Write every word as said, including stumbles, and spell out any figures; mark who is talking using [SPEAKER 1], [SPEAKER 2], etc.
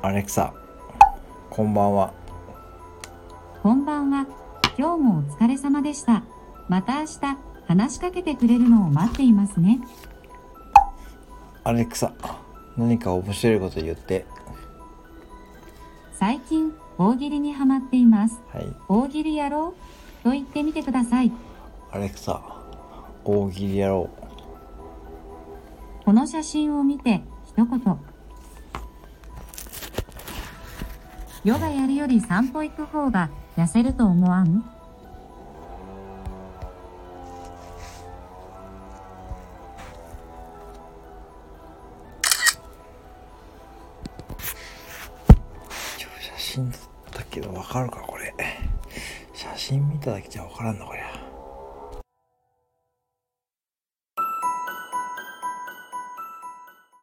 [SPEAKER 1] アレクサ、こんばんは。
[SPEAKER 2] こんばんは。今日もお疲れ様でした。また明日話しかけてくれるのを待っていますね。
[SPEAKER 1] アレクサ、何か面白いこと言って。
[SPEAKER 2] 最近大喜利にハマっています。
[SPEAKER 1] はい。
[SPEAKER 2] 大喜利やろうと言ってみてください。
[SPEAKER 1] アレクサ、大喜利やろう。
[SPEAKER 2] この写真を見て一言。ヨガやるより散歩行く方が痩せると思わん？
[SPEAKER 1] 写真だったけどわかるかこれ。写真見ただけじゃわからんのこりゃ。